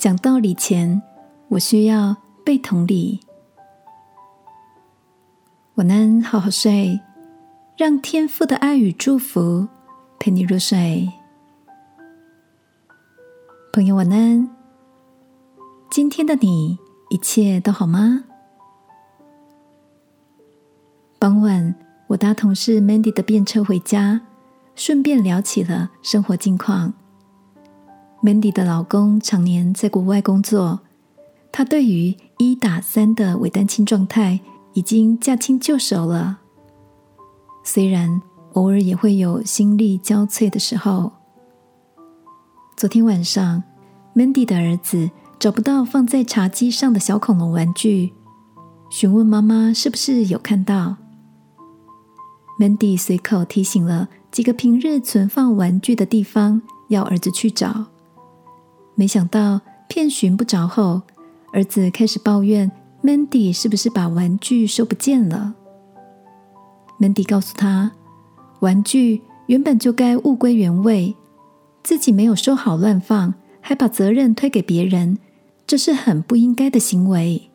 讲道理前，我需要被同理。晚安，好好睡，让天父的爱与祝福陪你入睡。朋友晚安，今天的你一切都好吗？傍晚，我搭同事 Mandy 的便车回家，顺便聊起了生活近况。Mandy 的老公常年在国外工作，他对于1打3的伪单亲状态已经驾轻就熟了。虽然偶尔也会有心力交瘁的时候。昨天晚上 Mandy 的儿子找不到放在茶几上的小恐龙玩具，询问妈妈是不是有看到。Mandy 随口提醒了几个平日存放玩具的地方，要儿子去找。没想到遍寻不着后，儿子开始抱怨 Mandy 是不是把玩具收不见了。Mandy 告诉他，玩具原本就该物归原位，自己没有收好乱放，还把责任推给别人，这是很不应该的行为。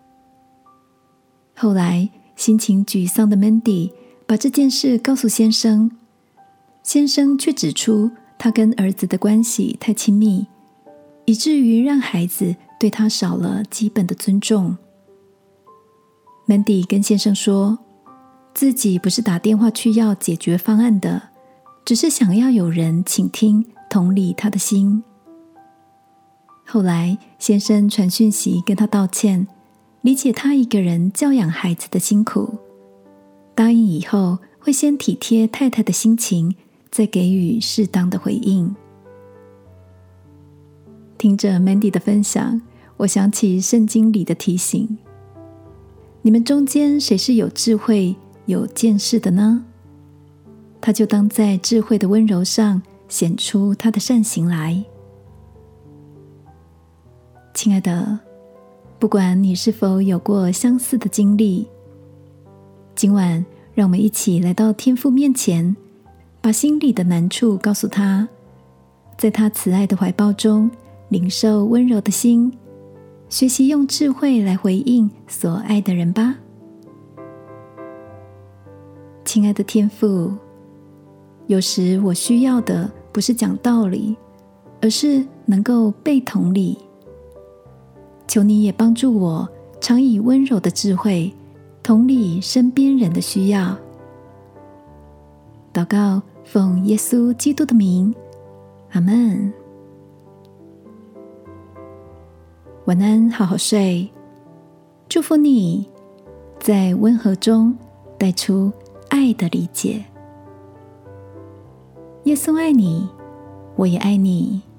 后来心情沮丧的 Mandy 把这件事告诉先生，先生却指出他跟儿子的关系太亲密，以至于让孩子对他少了基本的尊重。Mandy 跟先生说，自己不是打电话去要解决方案的，只是想要有人倾听同理他的心。后来先生传讯息跟他道歉，理解他一个人教养孩子的辛苦，答应以后会先体贴太太的心情，再给予适当的回应。听着 Mandy 的分享，我想起圣经里的提醒，你们中间谁是有智慧有见识的呢？他就当在智慧的温柔上显出他的善行来。亲爱的，不管你是否有过相似的经历，今晚让我们一起来到天父面前，把心里的难处告诉他，在他慈爱的怀抱中领受温柔的心，学习用智慧来回应所爱的人吧。亲爱的天父，有时我需要的不是讲道理，而是能够被同理。求你也帮助我，常以温柔的智慧同理身边人的需要。祷告，奉耶稣基督的名，阿们。晚安，好好睡。祝福你，在温和中带出爱的理解。耶稣爱你，我也爱你。